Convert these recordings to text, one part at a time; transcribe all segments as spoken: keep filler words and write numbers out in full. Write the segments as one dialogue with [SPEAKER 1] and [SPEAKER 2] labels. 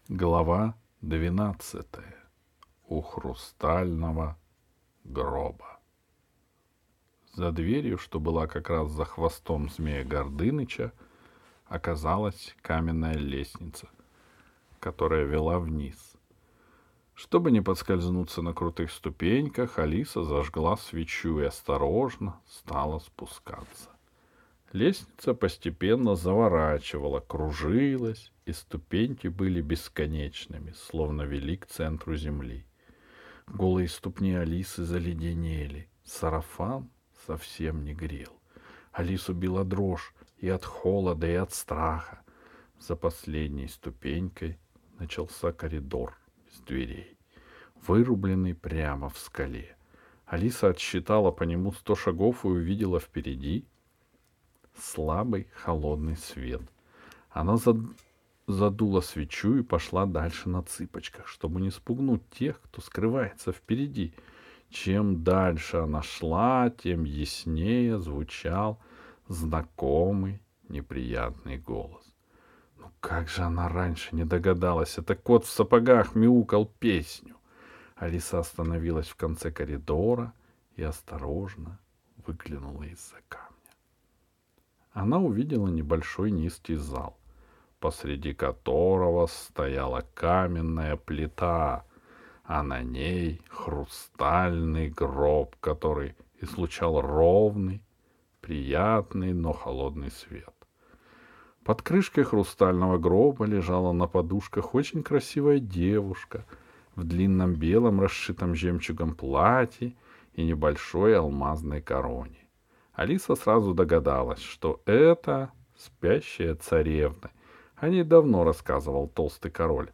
[SPEAKER 1] Глава двенадцатая. У хрустального гроба. За дверью, что была как раз за хвостом змея Гордыныча, оказалась каменная лестница, которая вела вниз. Чтобы не подскользнуться на крутых ступеньках, Алиса зажгла свечу и осторожно стала спускаться. Лестница постепенно заворачивала, кружилась, и ступеньки были бесконечными, словно вели к центру земли. Голые ступни Алисы заледенели, сарафан совсем не грел. Алису била дрожь и от холода, и от страха. За последней ступенькой начался коридор из дверей, вырубленный прямо в скале. Алиса отсчитала по нему сто шагов и увидела впереди слабый холодный свет. Она зад... задула свечу и пошла дальше на цыпочках, чтобы не спугнуть тех, кто скрывается впереди. Чем дальше она шла, тем яснее звучал знакомый неприятный голос. Ну как же она раньше не догадалась? Это кот в сапогах мяукал песню. Алиса остановилась в конце коридора и осторожно выглянула из-за камня. Она увидела небольшой низкий зал, посреди которого стояла каменная плита, а на ней хрустальный гроб, который излучал ровный, приятный, но холодный свет. Под крышкой хрустального гроба лежала на подушках очень красивая девушка в длинном белом, расшитом жемчугом платье и небольшой алмазной короне. Алиса сразу догадалась, что это спящая царевна. О ней давно рассказывал толстый король.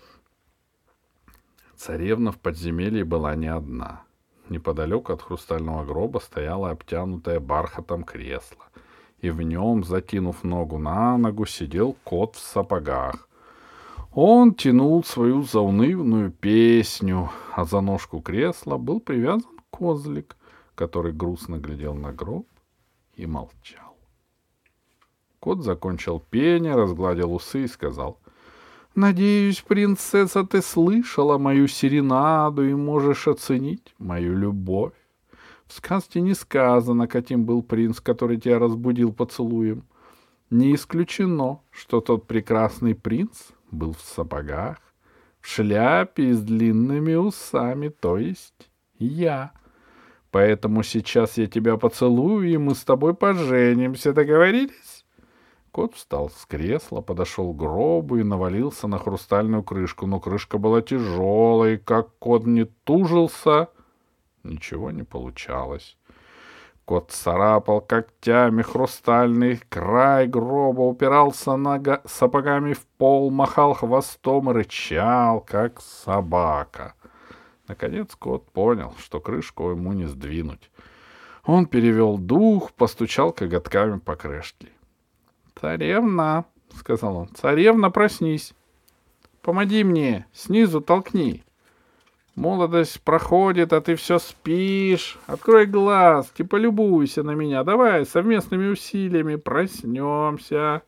[SPEAKER 1] Царевна в подземелье была не одна. Неподалеку от хрустального гроба стояло обтянутое бархатом кресло, и в нем, закинув ногу на ногу, сидел кот в сапогах. Он тянул свою заунывную песню, а за ножку кресла был привязан козлик, который грустно глядел на гроб и молчал. Кот закончил пение, разгладил усы и сказал: «Надеюсь, принцесса, ты слышала мою серенаду и можешь оценить мою любовь. В сказке не сказано, каким был принц, который тебя разбудил поцелуем. Не исключено, что тот прекрасный принц был в сапогах, в шляпе и с длинными усами, то есть я. Поэтому сейчас я тебя поцелую, и мы с тобой поженимся. Договорились?» Кот встал с кресла, подошел к гробу и навалился на хрустальную крышку. Но крышка была тяжелой, и как кот не тужился, ничего не получалось. Кот царапал когтями хрустальный край гроба, упирался нога... сапогами в пол, махал хвостом и рычал, как собака. Наконец кот понял, что крышку ему не сдвинуть. Он перевел дух, постучал коготками по крышке. «Царевна», — сказал он, — «царевна, проснись. Помоги мне, снизу толкни. Молодость проходит, а ты все спишь. Открой глазки, полюбуйся на меня. Давай совместными усилиями проснемся».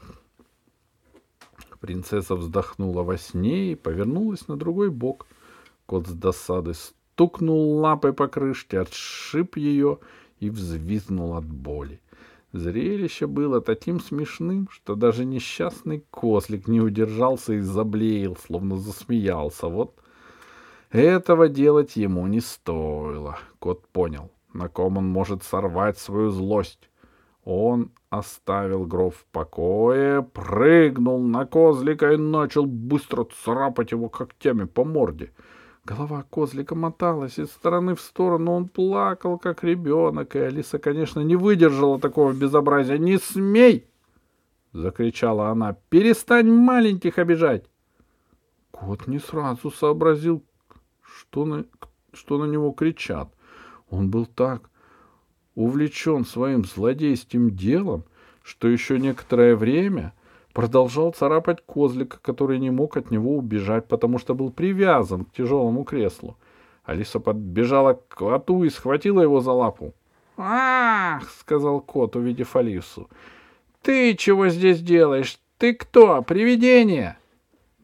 [SPEAKER 1] Принцесса вздохнула во сне и повернулась на другой бок. Кот с досады стукнул лапой по крышке, отшиб ее и взвизгнул от боли. Зрелище было таким смешным, что даже несчастный козлик не удержался и заблеял, словно засмеялся. Вот этого делать ему не стоило. Кот понял, на ком он может сорвать свою злость. Он оставил гроб в покое, прыгнул на козлика и начал быстро царапать его когтями по морде. Голова козлика моталась из стороны в сторону, он плакал, как ребенок, и Алиса, конечно, не выдержала такого безобразия. «Не смей!» — закричала она. «Перестань маленьких обижать!» Кот не сразу сообразил, что на, что на него кричат. Он был так увлечен своим злодейским делом, что еще некоторое время продолжал царапать козлика, который не мог от него убежать, потому что был привязан к тяжелому креслу. Алиса подбежала к коту и схватила его за лапу. «Ах!» — сказал кот, увидев Алису. «Ты чего здесь делаешь? Ты кто, привидение?»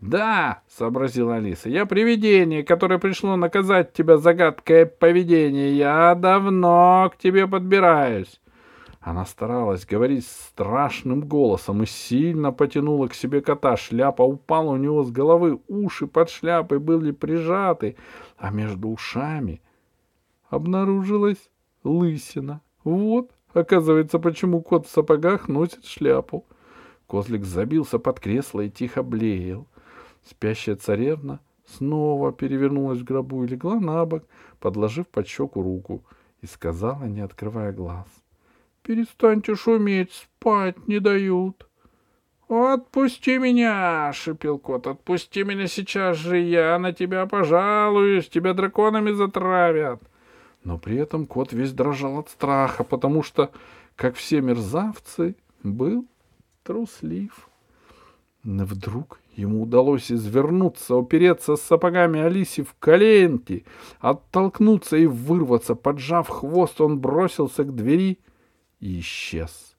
[SPEAKER 1] «Да», — сообразила Алиса, — «я привидение, которое пришло наказать тебя за гадкое поведение. Я давно к тебе подбираюсь». Она старалась говорить страшным голосом и сильно потянула к себе кота. Шляпа упала у него с головы, уши под шляпой были прижаты, а между ушами обнаружилась лысина. Вот, оказывается, почему кот в сапогах носит шляпу. Козлик забился под кресло и тихо блеял. Спящая царевна снова перевернулась в гробу и легла на бок, подложив под щеку руку, и сказала, не открывая глаз: «Перестаньте шуметь, спать не дают». «Отпусти меня!» — шипел кот. «Отпусти меня сейчас же, я на тебя пожалуюсь, тебя драконами затравят». Но при этом кот весь дрожал от страха, потому что, как все мерзавцы, был труслив. Но вдруг ему удалось извернуться, упереться с сапогами Алисе в коленки, оттолкнуться и вырваться. Поджав хвост, он бросился к двери и исчез.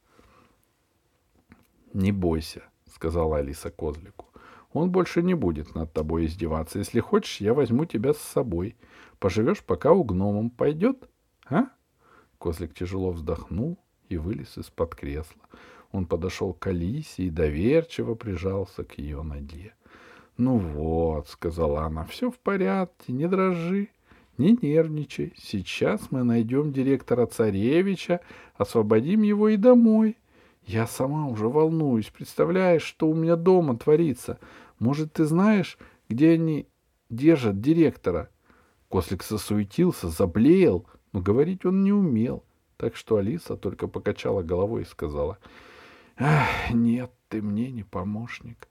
[SPEAKER 1] «Не бойся», — сказала Алиса козлику. «Он больше не будет над тобой издеваться. Если хочешь, я возьму тебя с собой. Поживешь пока у гномом. Пойдет, а?» Козлик тяжело вздохнул и вылез из-под кресла. Он подошел к Алисе и доверчиво прижался к ее ноге. «Ну вот», — сказала она, — «все в порядке, не дрожи, не нервничай. Сейчас мы найдем директора царевича, освободим его и домой. Я сама уже волнуюсь, представляешь, что у меня дома творится. Может, ты знаешь, где они держат директора?» Козлик засуетился, заблеял, но говорить он не умел, так что Алиса только покачала головой и сказала: «Ах, нет, ты мне не помощник».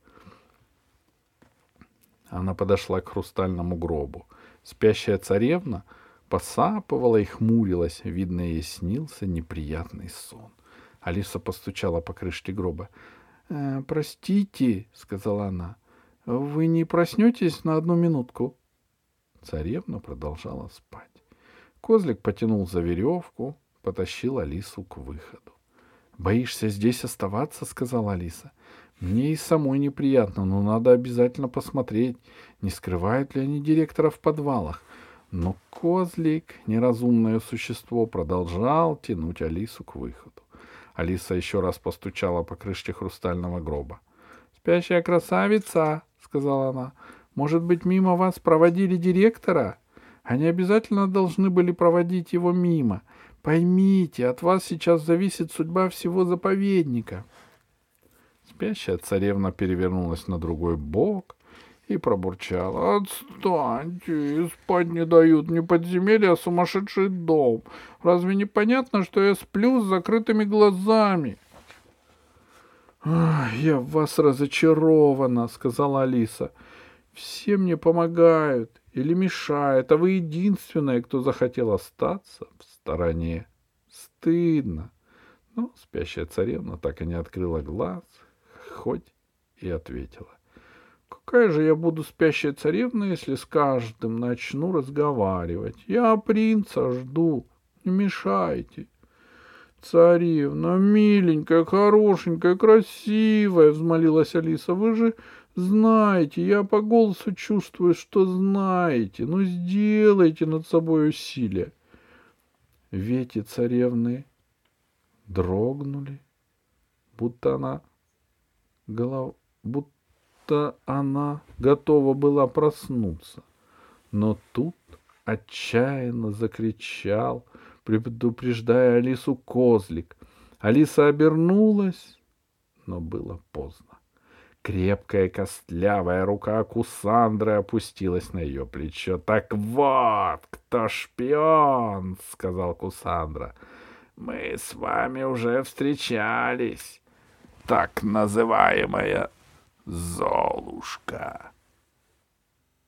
[SPEAKER 1] Она подошла к хрустальному гробу. Спящая царевна посапывала и хмурилась. Видно, ей снился неприятный сон. Алиса постучала по крышке гроба. «Э, «Простите», — сказала она, — «вы не проснетесь на одну минутку?» Царевна продолжала спать. Козлик потянул за веревку, потащил Алису к выходу. «Боишься здесь оставаться?» — сказала Алиса. «Мне и самой неприятно, но надо обязательно посмотреть, не скрывают ли они директора в подвалах». Но Козлик, неразумное существо, продолжал тянуть Алису к выходу. Алиса еще раз постучала по крышке хрустального гроба. «Спящая красавица», — сказала она, — «может быть, мимо вас проводили директора? Они обязательно должны были проводить его мимо. Поймите, от вас сейчас зависит судьба всего заповедника». Спящая царевна перевернулась на другой бок и пробурчала: «Отстаньте, спать не дают, не подземелье, а сумасшедший дом. Разве не понятно, что я сплю с закрытыми глазами?» «Я в вас разочарована», — сказала Алиса. «Все мне помогают или мешают, а вы единственная, кто захотел остаться в стороне. Стыдно». Но спящая царевна так и не открыла глаз, хоть и ответила: «Какая же я буду спящая царевна, если с каждым начну разговаривать? Я принца жду, не мешайте». «Царевна, миленькая, хорошенькая, красивая», — взмолилась Алиса, — «вы же знаете, я по голосу чувствую, что знаете. Ну, сделайте над собой усилие». Веки царевны дрогнули, будто она голов... будто она готова была проснуться. Но тут отчаянно закричал, предупреждая Алису, Козлик. Алиса обернулась, но было поздно. Крепкая костлявая рука Кусандры опустилась на ее плечо. «Так вот, кто шпион!» — сказал Кусандра. «Мы с вами уже встречались, так называемая Золушка».